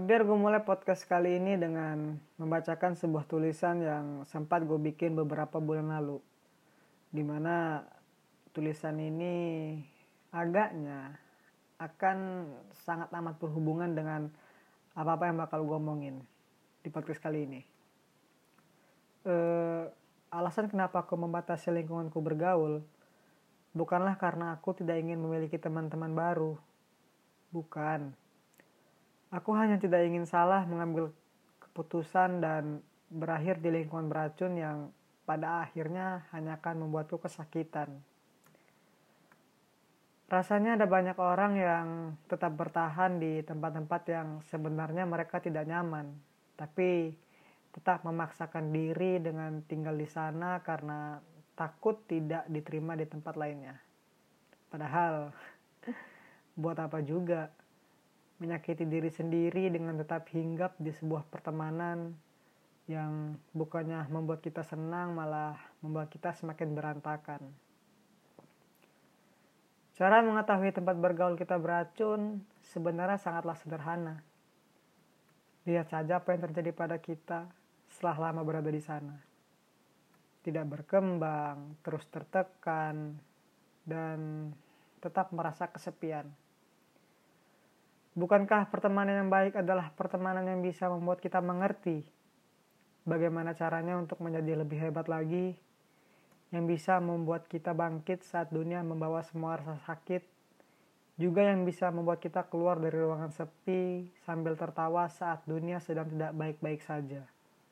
Biar gue mulai podcast kali ini dengan membacakan sebuah tulisan yang sempat gue bikin beberapa bulan lalu. Dimana tulisan ini agaknya akan sangat amat berhubungan dengan apa-apa yang bakal gue omongin di podcast kali ini. Alasan kenapa aku membatasi lingkunganku bergaul bukanlah karena aku tidak ingin memiliki teman-teman baru. Bukan. Aku hanya tidak ingin salah mengambil keputusan dan berakhir di lingkungan beracun yang pada akhirnya hanya akan membuatku kesakitan. Rasanya ada banyak orang yang tetap bertahan di tempat-tempat yang sebenarnya mereka tidak nyaman, tapi tetap memaksakan diri dengan tinggal di sana karena takut tidak diterima di tempat lainnya. Padahal, buat apa juga menyakiti diri sendiri dengan tetap hinggap di sebuah pertemanan yang bukannya membuat kita senang, malah membuat kita semakin berantakan. Cara mengetahui tempat bergaul kita beracun sebenarnya sangatlah sederhana. Lihat saja apa yang terjadi pada kita setelah lama berada di sana. Tidak berkembang, terus tertekan, dan tetap merasa kesepian. Bukankah pertemanan yang baik adalah pertemanan yang bisa membuat kita mengerti bagaimana caranya untuk menjadi lebih hebat lagi, yang bisa membuat kita bangkit saat dunia membawa semua rasa sakit, juga yang bisa membuat kita keluar dari ruangan sepi sambil tertawa saat dunia sedang tidak baik-baik saja.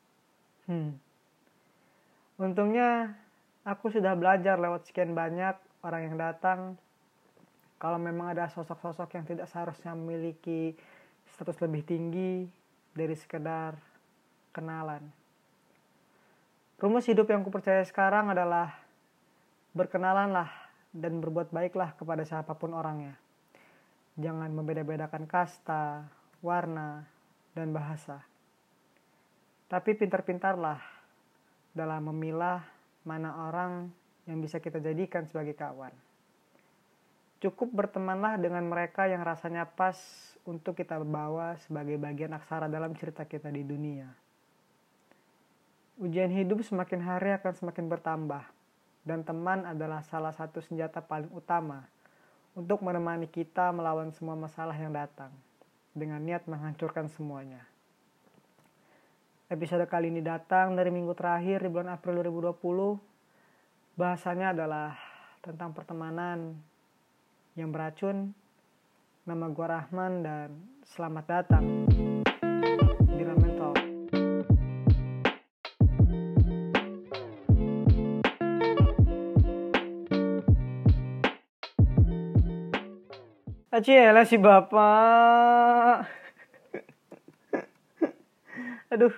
Untungnya aku sudah belajar lewat sekian banyak orang yang datang. Kalau memang ada sosok-sosok yang tidak seharusnya memiliki status lebih tinggi dari sekedar kenalan. Rumus hidup yang kupercaya sekarang adalah berkenalanlah dan berbuat baiklah kepada siapapun orangnya. Jangan membeda-bedakan kasta, warna, dan bahasa. Tapi pintar-pintarlah dalam memilah mana orang yang bisa kita jadikan sebagai kawan. Cukup bertemanlah dengan mereka yang rasanya pas untuk kita bawa sebagai bagian aksara dalam cerita kita di dunia. Ujian hidup semakin hari akan semakin bertambah, dan teman adalah salah satu senjata paling utama untuk menemani kita melawan semua masalah yang datang, dengan niat menghancurkan semuanya. Episode kali ini datang dari minggu terakhir di bulan April 2020. Bahasanya adalah tentang pertemanan yang beracun. Nama gue Rahman dan selamat datang di Ramen Talk. Aciela si bapak. Aduh.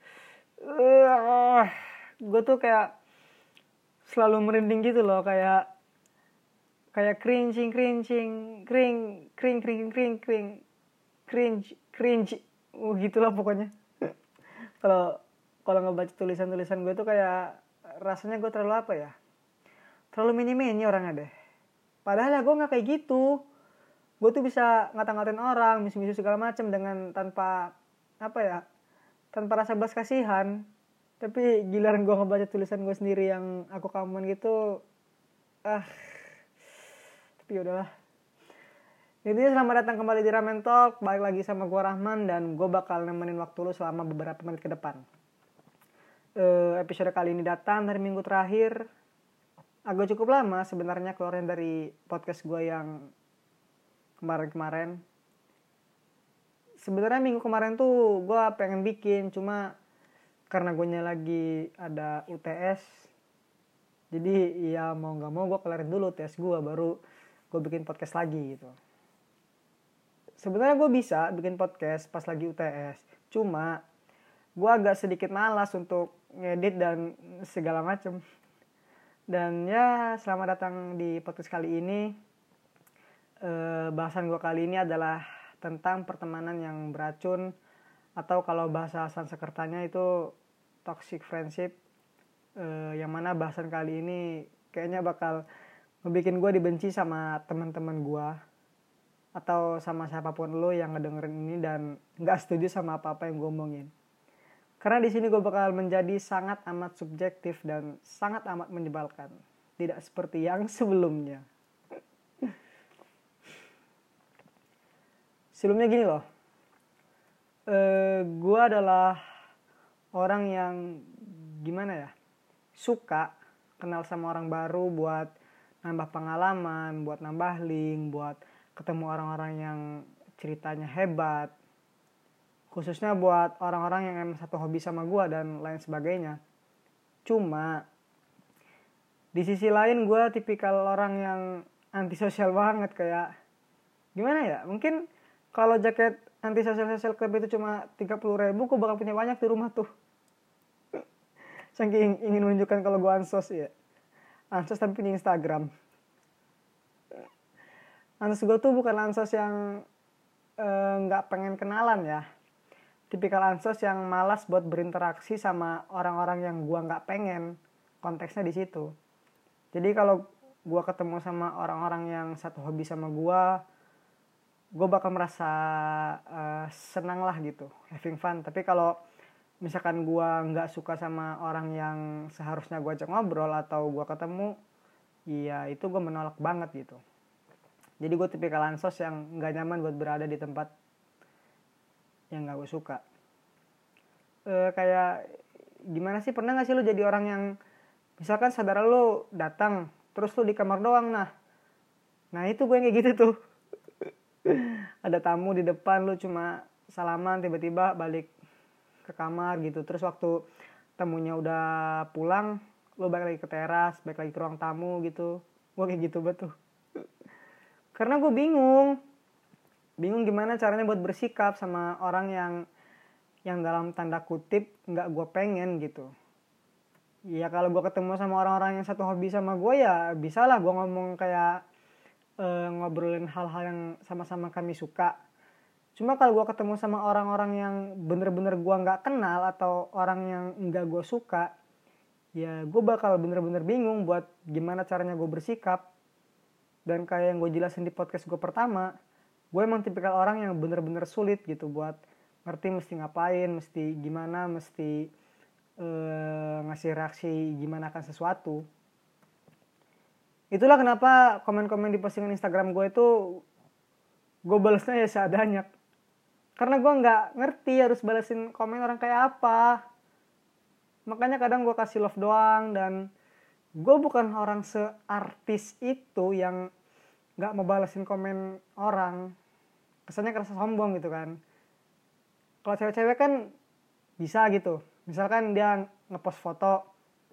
Gue tuh kayak selalu merinding gitu loh, kayak cringe gitulah pokoknya. Kalau ngebaca tulisan gue tuh kayak rasanya gue terlalu apa ya, terlalu mini orangnya deh. Padahal ya gue nggak kayak gitu. Gue tuh bisa ngata-ngatain orang, misu-misu segala macam dengan tanpa rasa belas kasihan. Tapi giliran gue ngebaca tulisan gue sendiri yang aku kaman gitu, tapi yaudahlah. Intinya selamat datang kembali di Ramen Talk. Balik lagi sama gue Rahman dan gue bakal nemenin waktu lu selama beberapa menit ke depan. Episode kali ini datang dari minggu terakhir. Agak cukup lama sebenarnya keluarin dari podcast gue yang kemarin-kemarin. Sebenarnya minggu kemarin tuh gue pengen bikin, cuma karena gue lagi ada UTS, jadi ya mau gak mau gue kelarin dulu UTS gue, baru gue bikin podcast lagi gitu. Sebenarnya gue bisa bikin podcast pas lagi UTS, cuma gue agak sedikit malas untuk ngedit dan segala macem. Dan ya selamat datang di podcast kali ini. Bahasan gue kali ini adalah tentang pertemanan yang beracun, atau kalau bahasa Sanskertanya itu toxic friendship. Yang mana bahasan kali ini kayaknya bakal ngebikin gue dibenci sama teman-teman gue. atau sama siapapun lo yang ngedengerin ini dan nggak setuju sama apa-apa yang gue omongin. Karena di sini gue bakal menjadi sangat amat subjektif dan sangat amat menyebalkan. Tidak seperti yang sebelumnya. Sebelumnya gini loh. Gue adalah orang yang gimana ya, suka kenal sama orang baru buat nambah pengalaman, buat nambah link, buat ketemu orang-orang yang ceritanya hebat, khususnya buat orang-orang yang emang satu hobi sama gue dan lain sebagainya. Cuma di sisi lain gue tipikal orang yang antisosial banget, kayak gimana ya, mungkin kalau jaket antisosial club itu cuma 30.000, gue bakal punya banyak di rumah tuh. Saking ingin menunjukkan kalau gue ansos ya. Ansos tapi punya Instagram. Ansos gue tuh bukan ansos yang gak pengen kenalan ya. Tipikal ansos yang malas buat berinteraksi sama orang-orang yang gue gak pengen. Konteksnya di situ. Jadi kalau gue ketemu sama orang-orang yang satu hobi sama gue bakal merasa senang lah gitu, having fun. Tapi kalau misalkan gue nggak suka sama orang yang seharusnya gue ajak ngobrol atau gue ketemu, ya itu gue menolak banget gitu. Jadi gue tipikal ansos yang nggak nyaman buat berada di tempat yang nggak gue suka. Kayak gimana sih, pernah nggak sih lo jadi orang yang misalkan saudara lo datang terus lo di kamar doang, nah itu gue yang kayak gitu tuh. Ada tamu di depan, lo cuma salaman, tiba-tiba balik ke kamar gitu. Terus waktu tamunya udah pulang, lo balik lagi ke teras, balik lagi ke ruang tamu gitu. Gue kayak gitu betul. Karena gue bingung gimana caranya buat bersikap sama orang yang dalam tanda kutip nggak gue pengen gitu. Ya kalau gue ketemu sama orang-orang yang satu hobi sama gue, ya bisa lah gue ngomong kayak ngobrolin hal-hal yang sama-sama kami suka. Cuma kalau gue ketemu sama orang-orang yang bener-bener gue gak kenal atau orang yang gak gue suka, ya gue bakal bener-bener bingung buat gimana caranya gue bersikap. Dan kayak yang gue jelasin di podcast gue pertama, gue emang tipikal orang yang bener-bener sulit gitu buat ngerti mesti ngapain, mesti gimana, mesti ngasih reaksi gimana akan sesuatu. Itulah kenapa komen-komen di postingan Instagram gue itu gue balesnya ya seadanya. Karena gue gak ngerti harus balesin komen orang kayak apa. Makanya kadang gue kasih love doang. Dan gue bukan orang seartis itu yang gak mau balesin komen orang. Kesannya kerasa sombong gitu kan. Kalau cewek-cewek kan bisa gitu. Misalkan dia ngepost foto,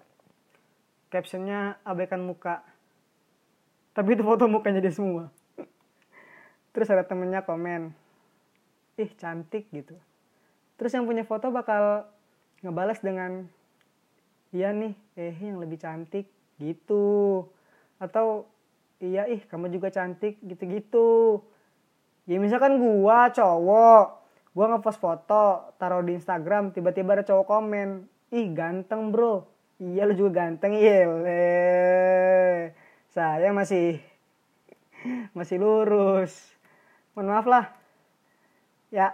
captionnya abaikan muka, tapi itu foto mukanya dia semua. Terus ada temennya komen, ih cantik gitu. Terus yang punya foto bakal ngebalas dengan, iya nih, yang lebih cantik gitu. Atau, iya kamu juga cantik gitu-gitu. Ya misalkan gua cowok, gua ngepost foto, taruh di Instagram, tiba-tiba ada cowok komen, ih ganteng bro. Iya lu juga ganteng, iya. Saya masih lurus. Mohon maaf lah. Ya.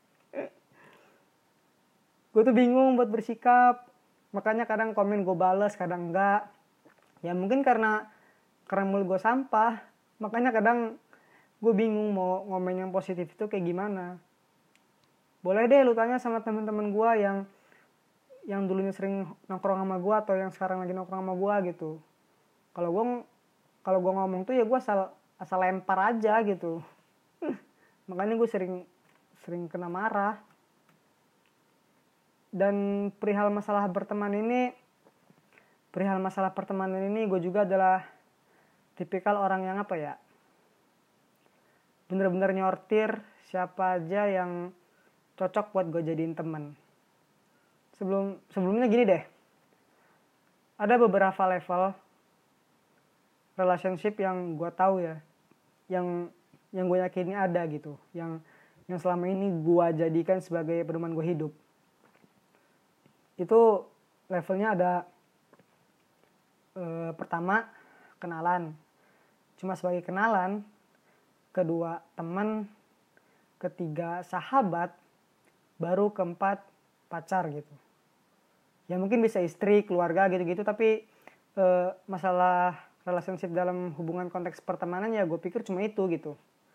Gue tuh bingung buat bersikap. Makanya kadang komen gue bales, kadang enggak. Ya mungkin karena mulut gue sampah. Makanya kadang gue bingung mau ngomong yang positif itu kayak gimana. Boleh deh lu tanya sama teman-teman gue yang dulunya sering nongkrong sama gue atau yang sekarang lagi nongkrong sama gue gitu. Kalau gue ngomong tuh ya gue asal lempar aja gitu. Makanya gue sering kena marah. Dan perihal masalah pertemanan ini gue juga adalah tipikal orang yang apa ya, bener-bener nyortir siapa aja yang cocok buat gue jadiin teman. Sebelumnya gini deh, ada beberapa level relationship yang gue tahu ya, yang gue yakini ada gitu, yang selama ini gue jadikan sebagai pedoman gue hidup. Itu levelnya ada pertama kenalan, cuma sebagai kenalan. kedua teman, ketiga sahabat, baru keempat pacar gitu. Ya mungkin bisa istri, keluarga gitu-gitu, tapi masalah relationship dalam hubungan konteks pertemanan ya gue pikir cuma itu gitu.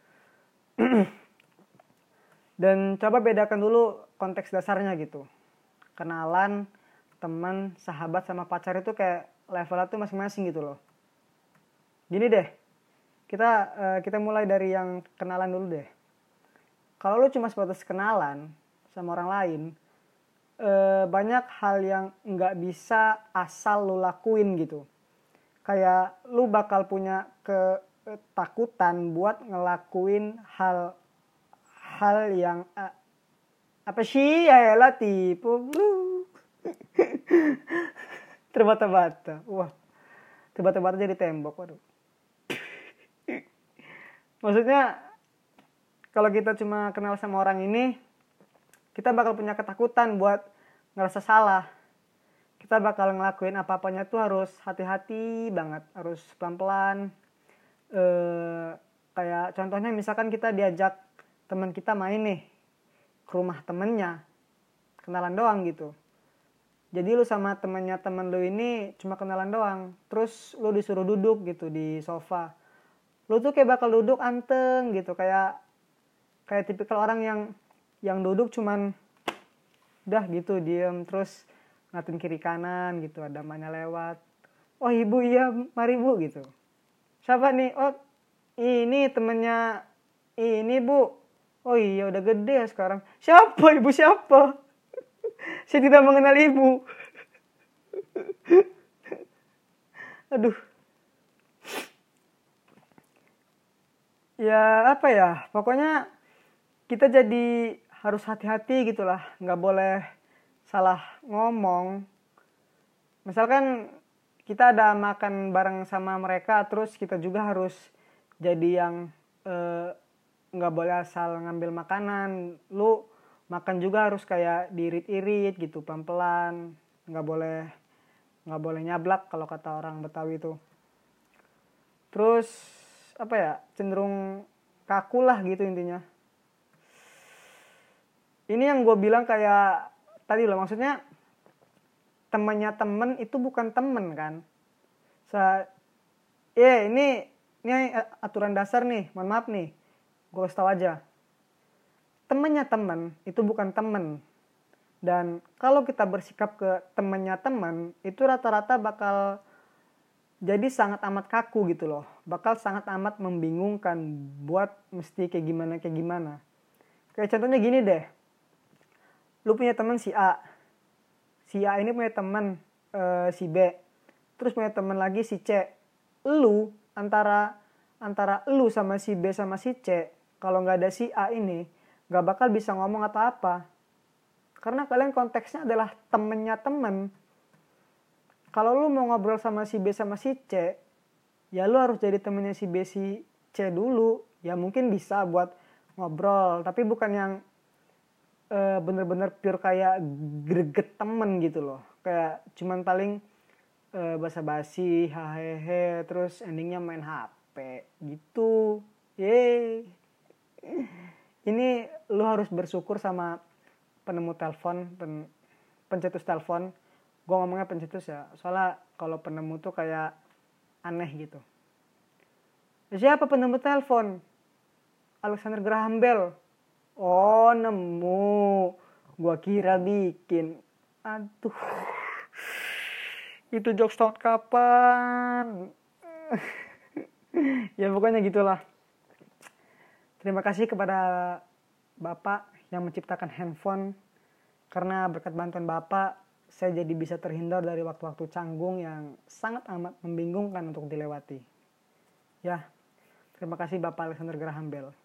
Dan coba bedakan dulu konteks dasarnya gitu. Kenalan, teman, sahabat sama pacar itu kayak levelnya tuh masing-masing gitu loh. Gini deh, kita mulai dari yang kenalan dulu deh. Kalau lu cuma sebatas kenalan sama orang lain, banyak hal yang nggak bisa asal lu lakuin gitu. Kayak lu bakal punya ketakutan buat ngelakuin hal yang apa sih ya lah tipu terbata-bata. Wah, terbata-bata jadi tembok. Waduh. Maksudnya kalau kita cuma kenal sama orang ini, kita bakal punya ketakutan buat ngerasa salah. Kita bakal ngelakuin apa-apanya tuh harus hati-hati banget, harus pelan-pelan. Kayak contohnya misalkan kita diajak teman kita main nih ke rumah temennya, kenalan doang gitu. Jadi lu sama temennya temen lu ini cuma kenalan doang, terus lu disuruh duduk gitu di sofa. Lu tuh kayak bakal duduk anteng gitu, kayak tipikal orang yang duduk cuman udah gitu diem, terus ngatin kiri kanan gitu, ada mana lewat. Oh ibu, iya mari bu gitu. Siapa nih? Oh ini temennya ini bu. Oh iya udah gede ya sekarang. Siapa ibu siapa? Saya tidak mengenal ibu. Aduh. Ya apa ya, pokoknya kita jadi harus hati-hati gitulah, nggak boleh salah ngomong. Misalkan kita ada makan bareng sama mereka, terus kita juga harus jadi yang nggak boleh asal ngambil makanan. Lu makan juga harus kayak diirit-irit gitu, pelan-pelan. Nggak boleh nyablak kalau kata orang Betawi itu. Terus apa ya, cenderung kaku lah gitu intinya. Ini yang gue bilang kayak tadi loh, maksudnya temannya temen itu bukan temen kan. Ini aturan dasar nih, mohon maaf nih, gue kasih tau aja. Temannya temen itu bukan temen. Dan kalau kita bersikap ke temannya temen, itu rata-rata bakal jadi sangat amat kaku gitu loh. Bakal sangat amat membingungkan buat mesti kayak gimana. Kayak contohnya gini deh. Lu punya teman si A. Si A ini punya teman si B. Terus punya teman lagi si C. Lu antara lu sama si B sama si C, kalau nggak ada si A ini, nggak bakal bisa ngomong atau apa. Karena kalian konteksnya adalah temennya temen. Kalau lu mau ngobrol sama si B sama si C, ya lu harus jadi temennya si B si C dulu. Ya mungkin bisa buat ngobrol, tapi bukan yang bener-bener pure kayak greget temen gitu loh. Kayak cuman paling basa-basi, hahehe, terus endingnya main HP gitu. Yeay. Ini lu harus bersyukur sama penemu telepon, pencetus telepon. Gue ngomongnya pencetus ya, soalnya kalau penemu tuh kayak aneh gitu. Siapa penemu telepon? Alexander Graham Bell. Oh nemu, gua kira bikin. Aduh, itu jokes tahun kapan? Ya pokoknya gitulah. Terima kasih kepada Bapak yang menciptakan handphone. Karena berkat bantuan Bapak, saya jadi bisa terhindar dari waktu-waktu canggung yang sangat amat membingungkan untuk dilewati. Ya, terima kasih Bapak Alexander Graham Bell.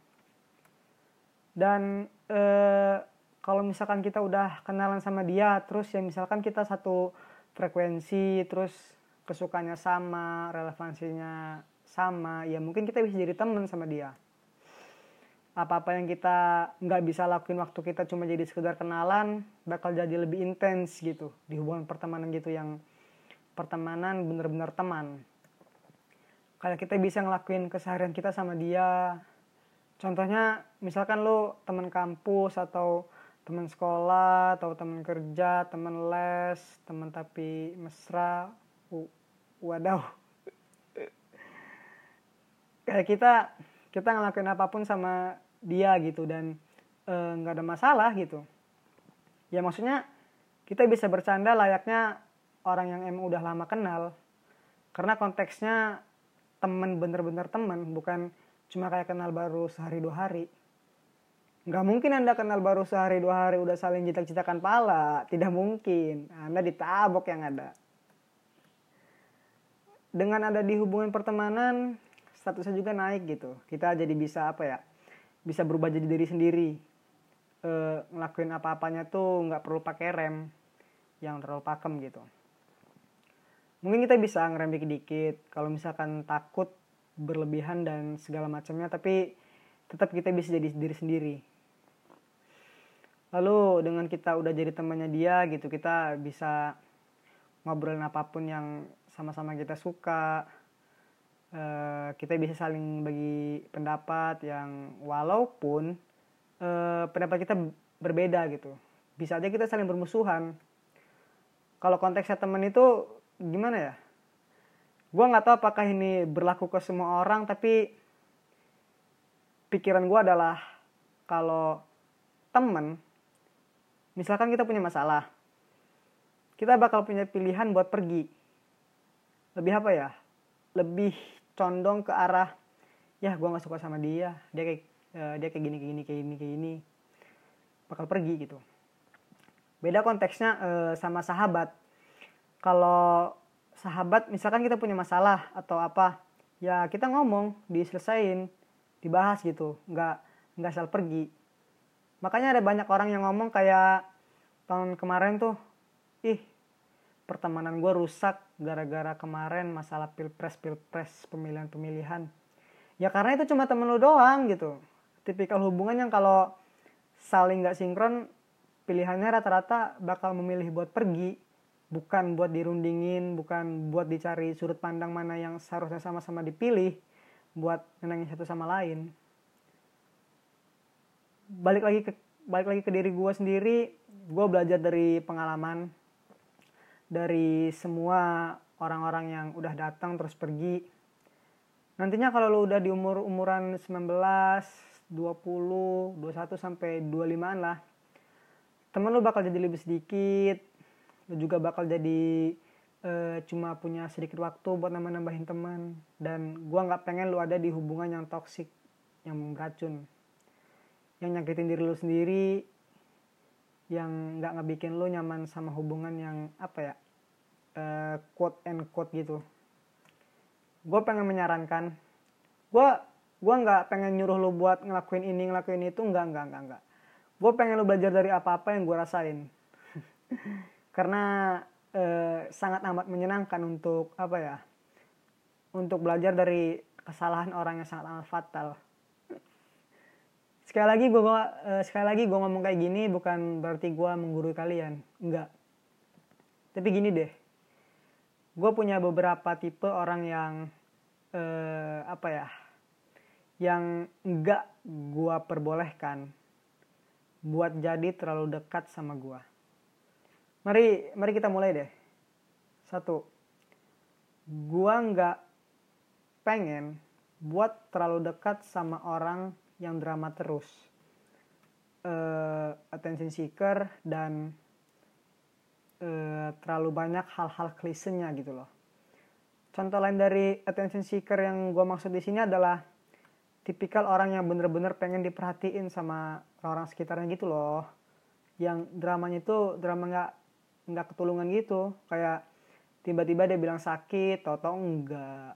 Dan kalau misalkan kita udah kenalan sama dia, terus ya misalkan kita satu frekuensi, terus kesukaannya sama, relevansinya sama, ya mungkin kita bisa jadi teman sama dia. Apa-apa yang kita nggak bisa lakuin waktu kita cuma jadi sekedar kenalan, bakal jadi lebih intens gitu di hubungan pertemanan gitu, yang pertemanan bener-bener teman. Kayak kita bisa ngelakuin keseharian kita sama dia, Contohnya misalkan lu teman kampus atau teman sekolah atau teman kerja, teman les, teman tapi mesra. Wadaw. Kayak kita ngelakuin apapun sama dia gitu dan nggak ada masalah gitu. Ya maksudnya kita bisa bercanda layaknya orang yang emang udah lama kenal. Karena konteksnya temen, bener-bener temen, bukan cuma kayak kenal baru sehari 2 hari. Nggak mungkin Anda kenal baru sehari 2 hari udah saling jitak-jitakan pala. Tidak mungkin. Anda ditabok yang ada. Dengan ada di hubungan pertemanan, statusnya juga naik gitu. Kita jadi bisa bisa berubah jadi diri sendiri. Ngelakuin apa-apanya tuh nggak perlu pakai rem yang terlalu pakem gitu. Mungkin kita bisa ngerem dikit-dikit kalau misalkan takut berlebihan dan segala macamnya, tapi tetap kita bisa jadi diri sendiri. Lalu dengan kita udah jadi temannya dia gitu, kita bisa ngobrolin apapun yang sama-sama kita suka. Kita bisa saling bagi pendapat yang walaupun pendapat kita berbeda gitu. Bisa aja kita saling bermusuhan. Kalau konteksnya teman itu gimana ya? Gue nggak tahu apakah ini berlaku ke semua orang, tapi pikiran gue adalah kalau teman, misalkan kita punya masalah, kita bakal punya pilihan buat pergi. Lebih apa ya? Lebih condong ke arah, ya gue nggak suka sama dia kayak gini, bakal pergi gitu. Beda konteksnya sama sahabat. Kalau sahabat misalkan kita punya masalah atau apa, ya kita ngomong, diselesain, dibahas gitu, nggak asal pergi. Makanya ada banyak orang yang ngomong kayak tahun kemarin tuh, pertemanan gue rusak gara-gara kemarin masalah pilpres, pemilihan. Ya karena itu cuma temen lu doang gitu. Tipikal hubungan yang kalau saling gak sinkron, pilihannya rata-rata bakal memilih buat pergi. Bukan buat dirundingin, bukan buat dicari sudut pandang mana yang seharusnya sama-sama dipilih. Buat nenangin satu sama lain. Balik lagi ke diri gue sendiri, gue belajar dari pengalaman. Dari semua orang-orang yang udah datang terus pergi. Nantinya kalau lu udah di umuran 19, 20, 21 sampai 25-an lah, temen lu bakal jadi lebih sedikit. Lu juga bakal jadi cuma punya sedikit waktu buat nambahin teman. Dan gua nggak pengen lu ada di hubungan yang toksik, yang beracun, yang nyakitin diri lu sendiri, yang nggak ngebikin lu nyaman sama hubungan yang quote and quote gitu. Gue pengen menyarankan, gue nggak pengen nyuruh lu buat ngelakuin ini ngelakuin itu, enggak. Gue pengen lu belajar dari apa-apa yang gue rasain. Karena sangat amat menyenangkan untuk untuk belajar dari kesalahan orang yang sangat amat fatal. Sekali lagi gue ngomong kayak gini bukan berarti gue menggurui kalian, enggak. Tapi gini deh, gue punya beberapa tipe orang yang yang enggak gue perbolehkan buat jadi terlalu dekat sama gue. Mari kita mulai deh. 1, gue enggak pengen buat terlalu dekat sama orang yang drama terus, attention seeker, dan terlalu banyak hal-hal klisenya gitu loh. Contoh lain dari attention seeker yang gue maksud di sini adalah tipikal orang yang bener-bener pengen diperhatiin sama orang sekitarnya gitu loh. Yang dramanya itu drama nggak ketulungan gitu. Kayak tiba-tiba dia bilang sakit, tau-tau enggak.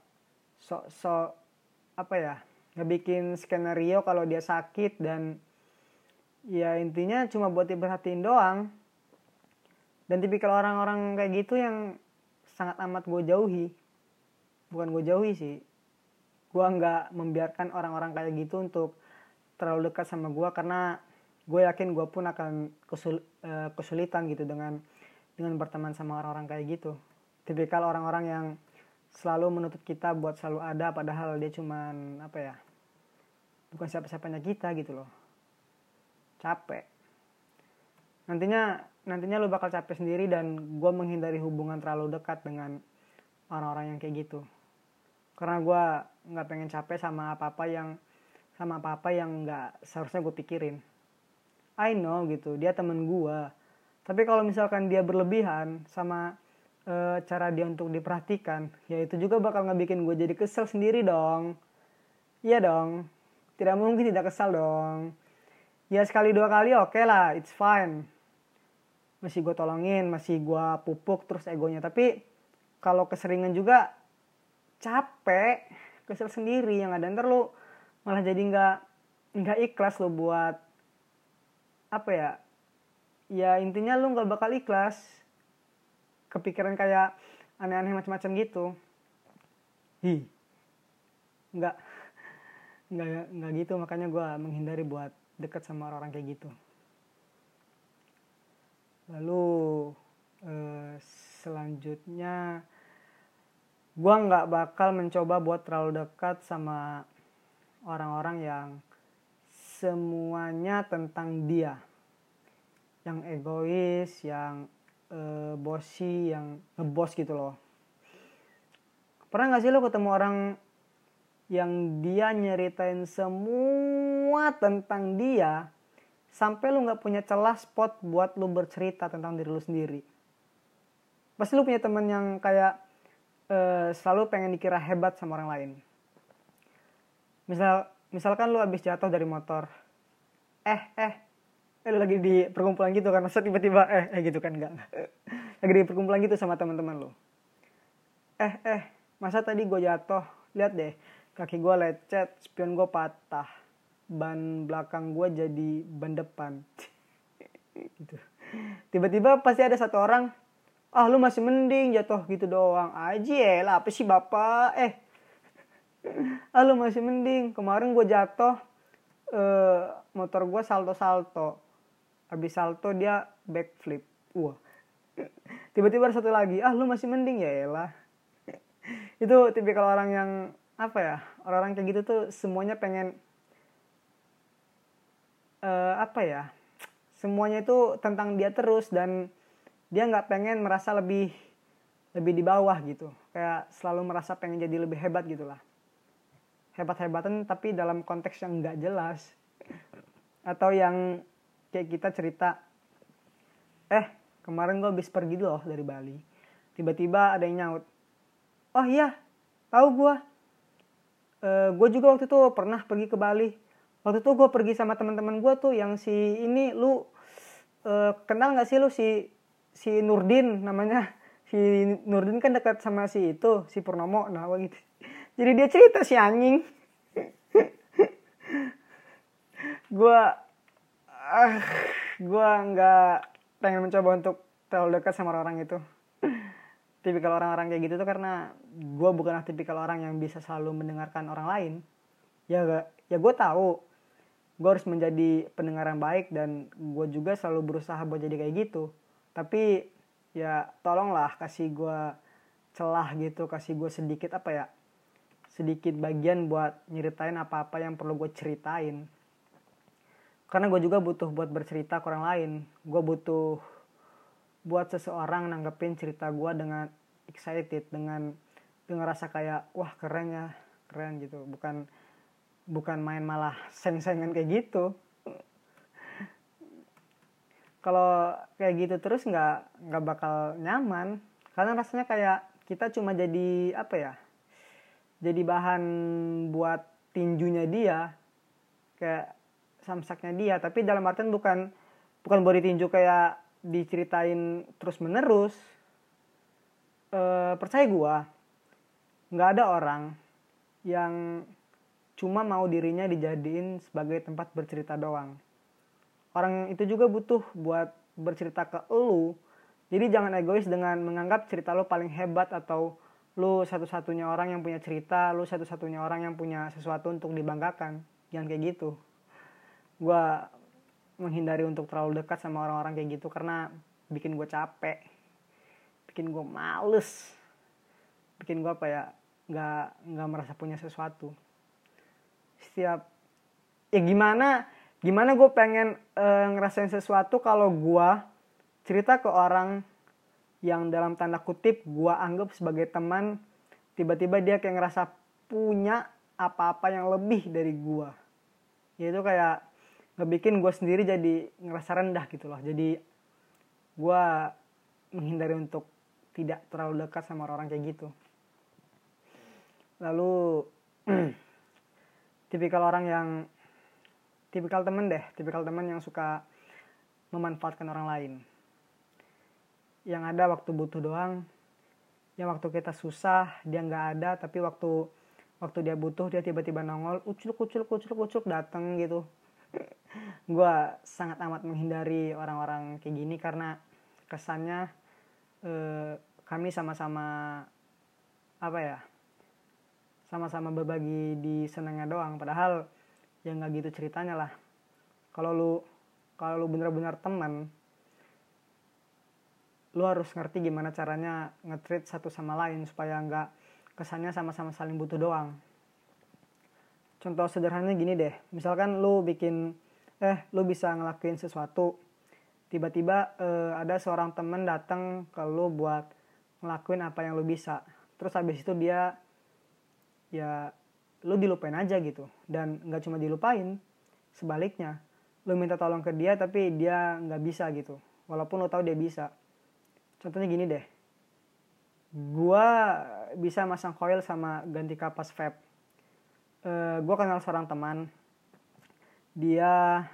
Nggak bikin skenario kalau dia sakit, dan ya intinya cuma buat diperhatiin doang. Dan tipikal orang-orang kayak gitu yang sangat amat gue jauhi. Bukan gue jauhi sih, gue nggak membiarkan orang-orang kayak gitu untuk terlalu dekat sama gue, karena gue yakin gue pun akan kesulitan gitu dengan berteman sama orang-orang kayak gitu. Tipikal orang-orang yang selalu menuntut kita buat selalu ada, padahal dia cuman bukan siapa-siapanya kita gitu loh. Capek. Nantinya lu bakal capek sendiri, dan gue menghindari hubungan terlalu dekat dengan orang-orang yang kayak gitu. Karena gue nggak pengen capek sama apa-apa yang nggak seharusnya gue pikirin. I know gitu, dia temen gue. Tapi kalau misalkan dia berlebihan sama cara dia untuk diperhatikan, ya itu juga bakal ngebikin gue jadi kesel sendiri dong. Iya dong, tidak mungkin tidak kesal dong. Ya sekali dua kali oke lah, it's fine. Masih gue tolongin, masih gue pupuk terus egonya. Tapi kalau keseringan juga capek, kesel sendiri. Yang ada ntar lu malah jadi nggak ikhlas lo buat apa ya? Ya intinya lu nggak bakal ikhlas. Kepikiran kayak aneh-aneh macam-macam gitu. Nggak gitu, makanya gue menghindari buat deket sama orang-orang kayak gitu. Lalu selanjutnya gue nggak bakal mencoba buat terlalu dekat sama orang-orang yang semuanya tentang dia, yang egois, yang bossy, yang ngebos gitu loh. Pernah gak sih lo ketemu orang yang dia nyeritain semua tentang dia, sampai lu gak punya celah spot buat lu bercerita tentang diri lu sendiri? Pasti lu punya temen yang kayak selalu pengen dikira hebat sama orang lain. Misalkan lu abis jatuh dari motor, lu lagi di perkumpulan gitu kan, masa tiba-tiba gitu kan, enggak. Lagi di perkumpulan gitu sama teman-teman lu. Masa tadi gue jatuh, lihat deh, kaki gue lecet, spion gue patah, ban belakang gue jadi ban depan. Gitu. Tiba-tiba pasti ada satu orang, lu masih mending jatuh gitu doang aja lah, apa sih bapak, lu masih mending, kemarin gue jatuh, motor gue salto, habis salto dia backflip, wah. Tiba-tiba ada satu lagi, lu masih mending, ya elah. Itu tipikal orang yang apa ya, orang-orang kayak gitu tuh semuanya pengen semuanya itu tentang dia terus, dan dia nggak pengen merasa lebih di bawah gitu, kayak selalu merasa pengen jadi lebih hebat gitulah, hebat-hebatan tapi dalam konteks yang nggak jelas. Atau yang kayak kita cerita, kemarin gue habis pergi loh dari Bali, tiba-tiba ada yang nyaut, oh iya tahu gue juga waktu itu pernah pergi ke Bali. Waktu itu gue pergi sama teman-teman gue tuh yang si ini, lu kenal nggak sih lu si Nurdin namanya? Si Nurdin kan dekat sama si Purnomo, nah gitu. Jadi dia cerita si anjing. Gue nggak pengen mencoba untuk terlalu dekat sama orang itu. Tipikal orang-orang kayak gitu tuh karena gue bukanlah tipikal orang yang bisa selalu mendengarkan orang lain. Ya gue tahu gue harus menjadi pendengar yang baik, dan gue juga selalu berusaha buat jadi kayak gitu. Tapi ya tolonglah kasih gue celah gitu, kasih gue sedikit bagian buat nyeritain apa-apa yang perlu gue ceritain. Karena gue juga butuh buat bercerita ke orang lain. Gue butuh buat seseorang nanggepin cerita gue dengan excited, dengan rasa kayak wah keren gitu, bukan main malah seng-sengan kayak gitu. Kalau kayak gitu terus nggak bakal nyaman, karena rasanya kayak kita cuma jadi jadi bahan buat tinjunya dia, kayak samsaknya dia. Tapi dalam artian bukan buat ditinju kayak diceritain terus menerus. Percaya gue, nggak ada orang yang cuma mau dirinya dijadiin sebagai tempat bercerita doang. Orang itu juga butuh buat bercerita ke lu. Jadi jangan egois dengan menganggap cerita lu paling hebat, atau lu satu-satunya orang yang punya cerita, lu satu-satunya orang yang punya sesuatu untuk dibanggakan. Jangan kayak gitu. Gue menghindari untuk terlalu dekat sama orang-orang kayak gitu karena bikin gue capek, bikin gue males, bikin gue nggak merasa punya sesuatu. Setiap ya gimana gue pengen ngerasain sesuatu kalau gue cerita ke orang yang dalam tanda kutip gue anggap sebagai teman, tiba-tiba dia kayak ngerasa punya apa-apa yang lebih dari gue. Ya itu kayak ngebikin gue sendiri jadi ngerasa rendah gitu loh. Jadi gue menghindari untuk tidak terlalu dekat sama orang-orang kayak gitu. Lalu tipikal teman yang suka memanfaatkan orang lain. Yang ada waktu butuh doang, yang waktu kita susah dia nggak ada, tapi waktu dia butuh dia tiba-tiba nongol, ucuk datang gitu. Gue sangat amat menghindari orang-orang kayak gini karena kesannya kami sama-sama sama-sama berbagi di senangnya doang, padahal ya nggak gitu ceritanya lah. Kalau lu benar-benar teman, lu harus ngerti gimana caranya nge-treat satu sama lain supaya nggak kesannya sama-sama saling butuh doang. Contoh sederhananya gini deh, misalkan lu bisa ngelakuin sesuatu, tiba-tiba ada seorang temen datang ke lu buat ngelakuin apa yang lu bisa, terus habis itu dia ya lu dilupain aja gitu. Dan nggak cuma dilupain, sebaliknya lu minta tolong ke dia tapi dia nggak bisa gitu, walaupun lu tahu dia bisa. Contohnya gini deh, gua bisa masang coil sama ganti kapas vape. Gua kenal seorang teman, dia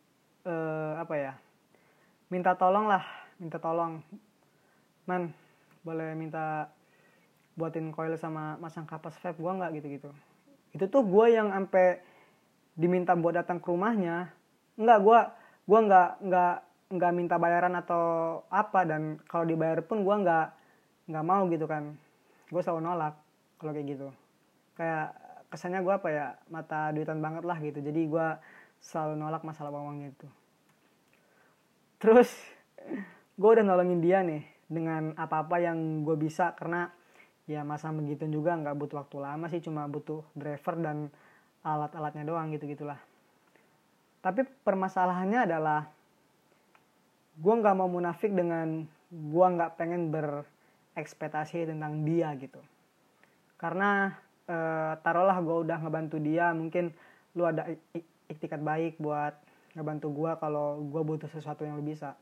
minta tolong, man boleh minta buatin coil sama masang kapas vape gua nggak gitu. Itu tuh gua yang ampe diminta buat datang ke rumahnya. Gua nggak minta bayaran atau apa, dan kalau dibayar pun gue nggak mau gitu kan. Gue selalu nolak kalau kayak gitu. Kayak kesannya gue mata duitan banget lah gitu. Jadi gue selalu nolak masalah uangnya itu. Terus gue udah nolongin dia nih dengan apa-apa yang gue bisa, karena ya masa begitu juga nggak butuh waktu lama sih, cuma butuh driver dan alat-alatnya doang gitu-gitulah. Tapi permasalahannya adalah gue nggak mau munafik dengan gue nggak pengen berekspektasi tentang dia gitu. Karena taruhlah gue udah ngebantu dia, mungkin lu ada iktikat baik buat ngebantu gue kalau gue butuh sesuatu yang lu bisa.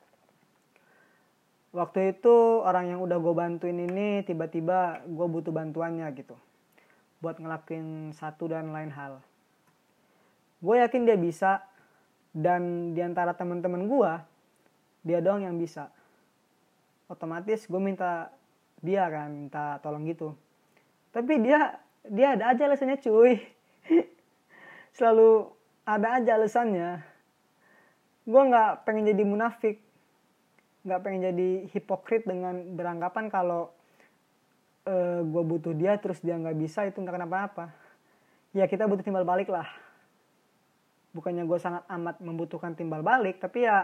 Waktu itu orang yang udah gue bantuin ini tiba-tiba gue butuh bantuannya gitu, buat ngelakuin satu dan lain hal. Gue yakin dia bisa, dan diantara teman-teman gue dia doang yang bisa. Otomatis gue minta tolong gitu. Tapi dia ada aja alasannya cuy. Selalu ada aja alasannya. Gue gak pengen jadi munafik, gak pengen jadi hipokrit dengan beranggapan kalau gue butuh dia terus dia gak bisa, itu gak kenapa-napa. Ya kita butuh timbal balik lah. Bukannya gue sangat amat membutuhkan timbal balik, tapi ya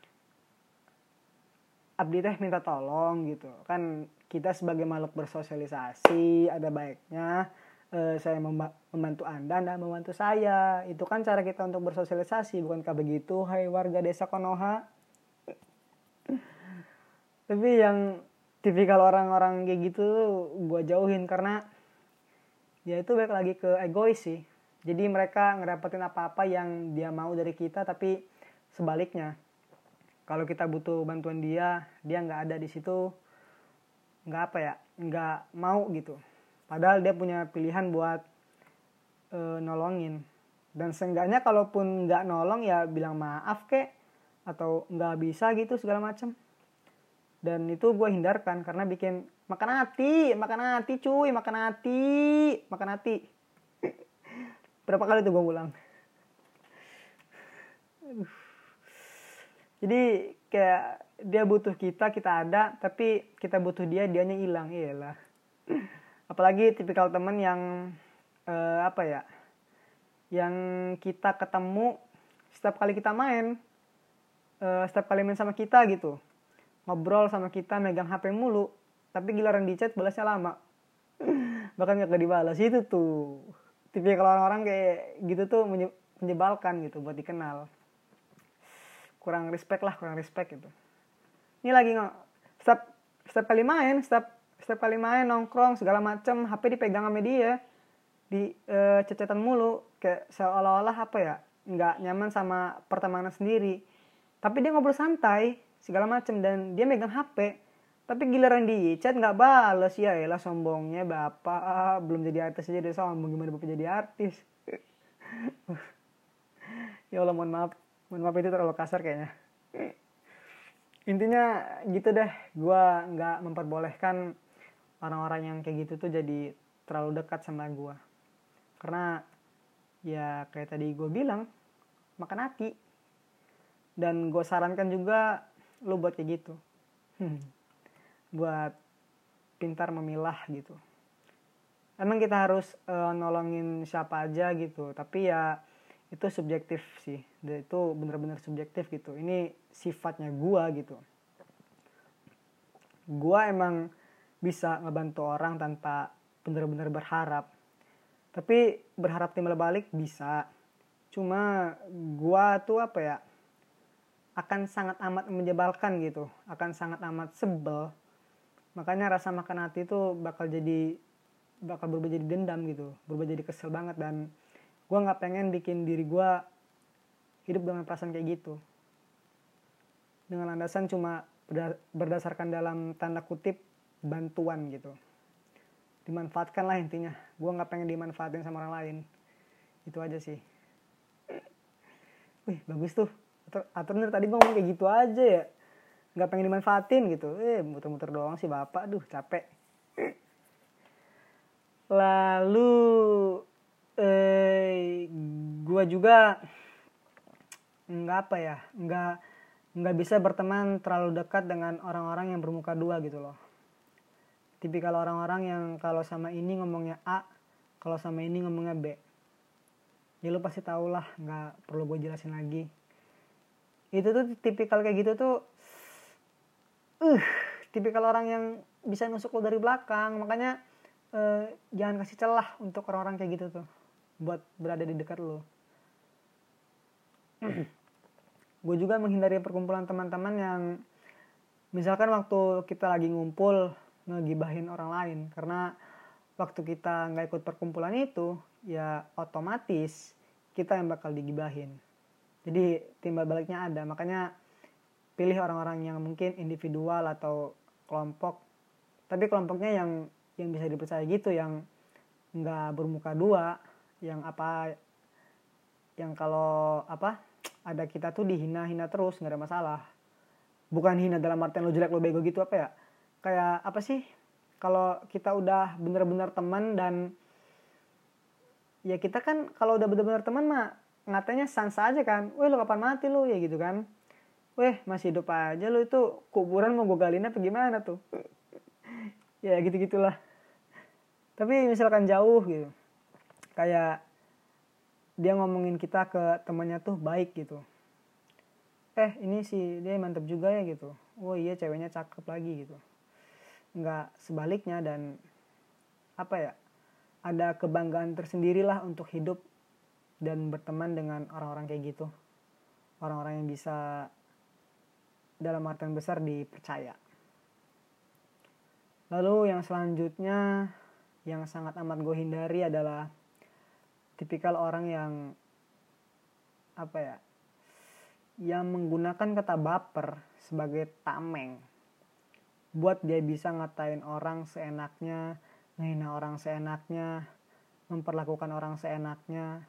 abdi teh minta tolong gitu kan. Kita sebagai makhluk bersosialisasi, ada baiknya saya membantu Anda membantu saya. Itu kan cara kita untuk bersosialisasi, bukankah begitu hai warga desa Konoha? Tapi yang tipikal orang-orang kayak gitu gue jauhin, karena ya itu balik lagi ke egois sih. Jadi mereka ngedapetin apa-apa yang dia mau dari kita, tapi sebaliknya kalau kita butuh bantuan dia nggak ada di situ, nggak mau gitu. Padahal dia punya pilihan buat nolongin. Dan seenggaknya kalaupun nggak nolong ya bilang maaf kek, atau nggak bisa gitu segala macam. Dan itu gue hindarkan karena bikin makan hati cuy, makan hati. Berapa kali tuh gue ngulang. Jadi kayak dia butuh kita ada, tapi kita butuh dianya hilang. Iyalah. Apalagi tipikal teman yang yang kita ketemu setiap kali kita main, setiap kali main sama kita gitu, ngobrol sama kita, megang HP mulu, tapi giliran di chat balasnya lama. Bahkan gak dibalas. Itu tuh tipikal orang-orang kayak gitu tuh menyebalkan gitu buat dikenal. Kurang respect gitu. Ini lagi setiap kali main nongkrong segala macem, HP dipegang sama dia, di cecetan mulu, kayak seolah-olah apa ya, nggak nyaman sama pertemanan sendiri. Tapi dia ngobrol santai segala macem dan dia megang HP. Tapi giliran di chat nggak bales, ya elah sombongnya bapak, belum jadi artis aja dia sombong, gimana bapak jadi artis. Ya Allah, mohon maaf itu terlalu kasar kayaknya. Intinya gitu deh, gue nggak memperbolehkan orang-orang yang kayak gitu tuh jadi terlalu dekat sama gue, karena ya kayak tadi gue bilang, makan hati. Dan gue sarankan juga lo buat kayak gitu, buat pintar memilah gitu. Emang kita harus nolongin siapa aja gitu, tapi ya itu subjektif sih, itu benar-benar subjektif gitu. Ini sifatnya gue gitu. Gue emang bisa ngebantu orang tanpa benar-benar berharap, tapi berharap timbal balik bisa. Cuma gue tuh apa ya, akan sangat amat menyebalkan gitu, akan sangat amat sebel. Makanya rasa makan hati itu bakal berubah jadi dendam gitu, berubah jadi kesel banget. Dan gue nggak pengen bikin diri gue hidup dengan perasaan kayak gitu, dengan landasan cuma berdasarkan dalam tanda kutip bantuan gitu. Dimanfaatkan lah intinya. Gue nggak pengen dimanfaatin sama orang lain. Itu aja sih. Wih, bagus tuh. Atau tadi gue ngomong kayak gitu aja ya, nggak pengen dimanfaatin gitu. Muter-muter doang sih bapak. Aduh, capek. Lalu gue juga nggak bisa berteman terlalu dekat dengan orang-orang yang bermuka dua gitu loh. Tipikal orang-orang yang kalau sama ini ngomongnya A, kalau sama ini ngomongnya B. Ya lu pasti tau lah, nggak perlu gue jelasin lagi. Itu tuh tipikal kayak gitu tuh, tipikal orang yang bisa nusuk lo dari belakang. Makanya jangan kasih celah untuk orang-orang kayak gitu tuh buat berada di dekat lo. Gue juga menghindari perkumpulan teman-teman yang misalkan waktu kita lagi ngumpul ngegibahin orang lain, karena waktu kita nggak ikut perkumpulan itu ya otomatis kita yang bakal digibahin. Jadi timbal baliknya ada. Makanya pilih orang-orang yang mungkin individual atau kelompok, tapi kelompoknya yang bisa dipercaya gitu, yang nggak bermuka dua, yang kalau ada kita tuh dihina terus, nggak ada masalah. Bukan hina dalam artian lo jelek, lo bego gitu apa ya, kayak apa sih, kalau kita udah bener-bener teman dan ya kita kan kalau udah bener-bener teman mah ngatanya sans aja kan, weh lo kapan mati lo ya gitu kan, weh masih hidup aja lo, itu kuburan mau gue galin apa gimana tuh. Ya gitu-gitulah. Tapi misalkan jauh gitu, kayak dia ngomongin kita ke temannya tuh baik gitu, ini sih dia mantep juga ya gitu, oh iya ceweknya cakep lagi gitu, nggak sebaliknya. Dan apa ya, ada kebanggaan tersendiri lah untuk hidup dan berteman dengan orang-orang kayak gitu, orang-orang yang bisa dalam artian besar dipercaya. Lalu yang selanjutnya yang sangat amat gue hindari adalah tipikal orang yang yang menggunakan kata baper sebagai tameng buat dia bisa ngatain orang seenaknya, ngehina orang seenaknya, memperlakukan orang seenaknya.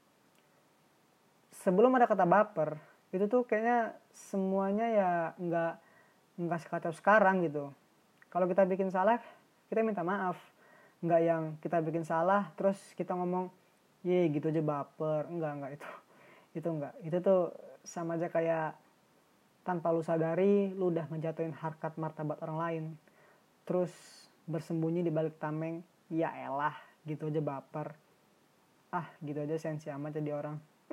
Sebelum ada kata baper, itu tuh kayaknya semuanya ya nggak sekacau sekarang gitu. Kalau kita bikin salah, kita minta maaf. Nggak yang kita bikin salah terus kita ngomong ye gitu aja baper. Enggak itu enggak. Itu tuh sama aja kayak tanpa lu sadari lu udah ngejatuhin harkat martabat orang lain, terus bersembunyi di balik tameng, ya elah gitu aja baper, gitu aja sensi amat jadi orang.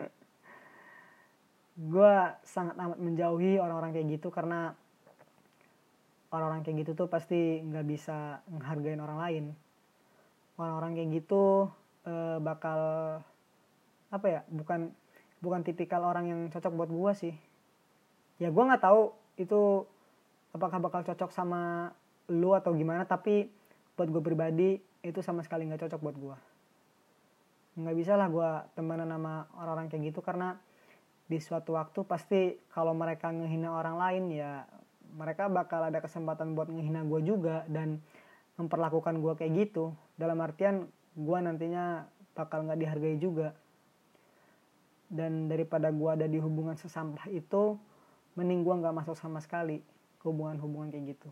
Gue sangat amat menjauhi orang-orang kayak gitu, karena orang-orang kayak gitu tuh pasti nggak bisa menghargain orang lain. Orang-orang kayak gitu bakal bukan tipikal orang yang cocok buat gue sih. Ya gue nggak tahu itu apakah bakal cocok sama lu atau gimana, tapi buat gue pribadi itu sama sekali nggak cocok buat gue. Nggak bisa lah gue temenan sama orang-orang kayak gitu, karena di suatu waktu pasti kalau mereka ngehina orang lain ya mereka bakal ada kesempatan buat ngehina gue juga dan memperlakukan gue kayak gitu. Dalam artian gue nantinya bakal nggak dihargai juga. Dan daripada gue ada di hubungan sesampah itu, mending gue nggak masuk sama sekali ke hubungan-hubungan kayak gitu.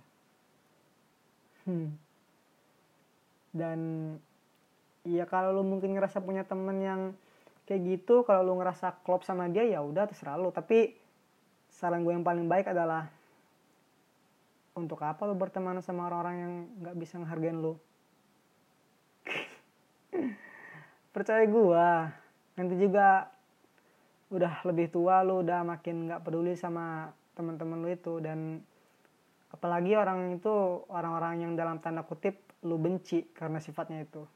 Dan ya kalau lu mungkin ngerasa punya temen yang kayak gitu, kalau lu ngerasa klop sama dia ya udah terserah lu. Tapi saran gue yang paling baik adalah untuk apa lu berteman sama orang-orang yang nggak bisa ngehargain lu? Percaya gue, nanti juga udah lebih tua lu udah makin nggak peduli sama teman-teman lu itu. Dan apalagi orang itu orang-orang yang dalam tanda kutip lu benci karena sifatnya itu.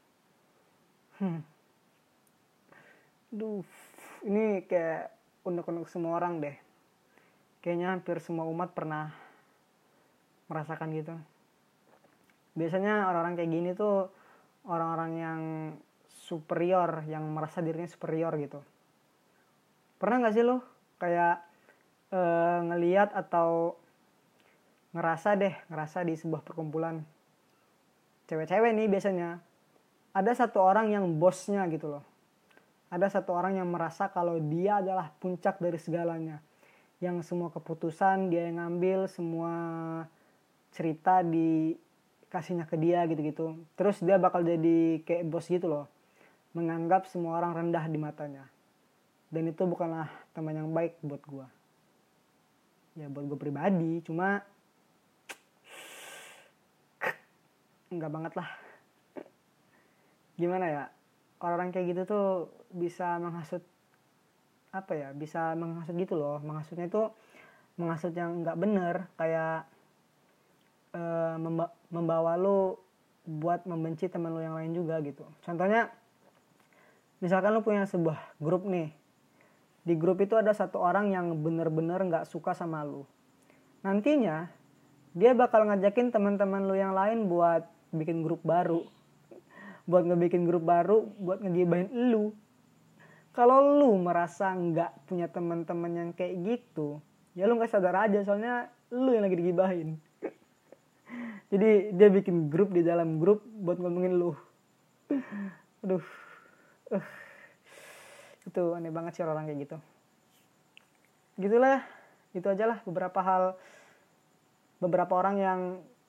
Duh, ini kayak unek-unek semua orang deh. Kayaknya hampir semua umat pernah merasakan gitu. Biasanya orang-orang kayak gini tuh orang-orang yang superior, yang merasa dirinya superior gitu. Pernah gak sih lo kayak ngeliat atau ngerasa di sebuah perkumpulan cewek-cewek nih, biasanya ada satu orang yang bosnya gitu loh. Ada satu orang yang merasa kalau dia adalah puncak dari segalanya, yang semua keputusan dia yang ngambil, semua cerita dikasihnya ke dia gitu-gitu. Terus dia bakal jadi kayak bos gitu loh, menganggap semua orang rendah di matanya. Dan itu bukanlah teman yang baik buat gue. Ya buat gue pribadi, cuma enggak banget lah. Gimana ya, orang kayak gitu tuh bisa menghasut, apa ya, bisa menghasut gitu loh. Menghasutnya itu menghasut yang enggak bener, kayak membawa lu buat membenci teman lu yang lain juga gitu. Contohnya, misalkan lu punya sebuah grup nih. Di grup itu ada satu orang yang bener-bener gak suka sama lu. Nantinya dia bakal ngajakin teman-teman lu yang lain buat bikin grup baru. Buat ngebikin grup baru, buat ngegibahin lu. Kalau lu merasa gak punya teman-teman yang kayak gitu, ya lu gak sadar aja, soalnya lu yang lagi digibahin. Jadi dia bikin grup di dalam grup buat ngomongin lu. Aduh. Itu aneh banget sih orang kayak gitu. Gitulah, itu aja lah beberapa orang yang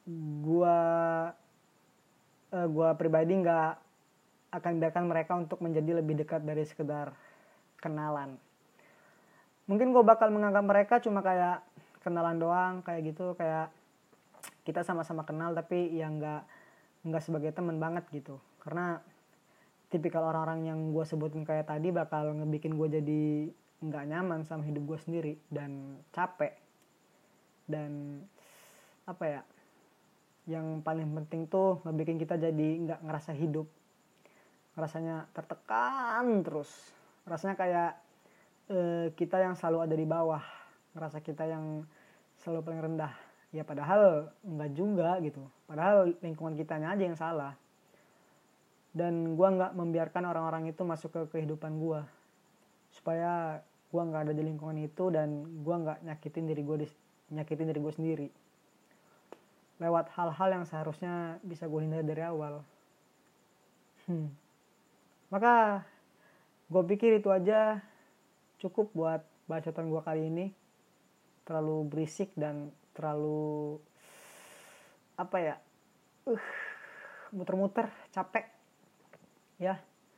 gua pribadi nggak akan biarkan mereka untuk menjadi lebih dekat dari sekedar kenalan. Mungkin gue bakal menganggap mereka cuma kayak kenalan doang, kayak gitu, kayak kita sama-sama kenal tapi ya nggak sebagai teman banget gitu. Karena tipikal orang-orang yang gue sebutin kayak tadi bakal ngebikin gue jadi nggak nyaman sama hidup gue sendiri dan capek. Dan apa ya, yang paling penting tuh ngebikin kita jadi nggak ngerasa hidup, rasanya tertekan terus, rasanya kayak kita yang selalu ada di bawah, ngerasa kita yang selalu paling rendah. Ya padahal nggak juga gitu, padahal lingkungan kitanya aja yang salah. Dan gue nggak membiarkan orang-orang itu masuk ke kehidupan gue, supaya gue nggak ada di lingkungan itu dan gue nggak nyakitin diri gue sendiri lewat hal-hal yang seharusnya bisa gue hindari dari awal. Maka gue pikir itu aja cukup buat bacotan gue kali ini. Terlalu berisik dan terlalu apa ya, muter-muter, capek ya.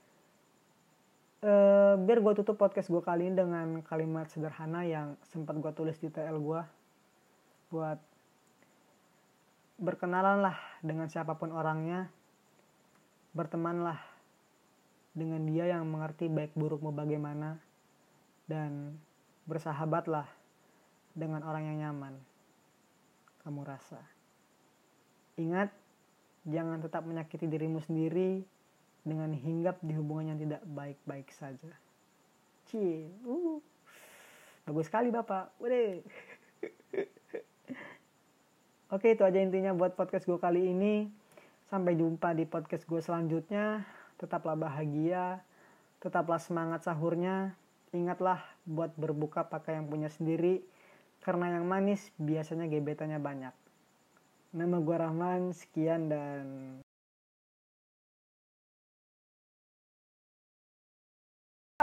Biar gue tutup podcast gue kali ini dengan kalimat sederhana yang sempat gue tulis di TL gue. Buat berkenalanlah dengan siapapun orangnya, bertemanlah dengan dia yang mengerti baik burukmu bagaimana, dan bersahabatlah dengan orang yang nyaman kamu rasa. Ingat, jangan tetap menyakiti dirimu sendiri dengan hinggap di hubungan yang tidak baik-baik saja. Cie. Bagus sekali Bapak. Udah. Oke, itu aja intinya buat podcast gue kali ini. Sampai jumpa di podcast gue selanjutnya. Tetaplah bahagia. Tetaplah semangat sahurnya. Ingatlah buat berbuka pakai yang punya sendiri. Karena yang manis biasanya gebetannya banyak. Nama gue Rahman. Sekian dan...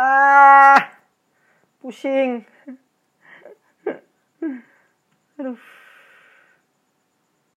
pusing. Aduh.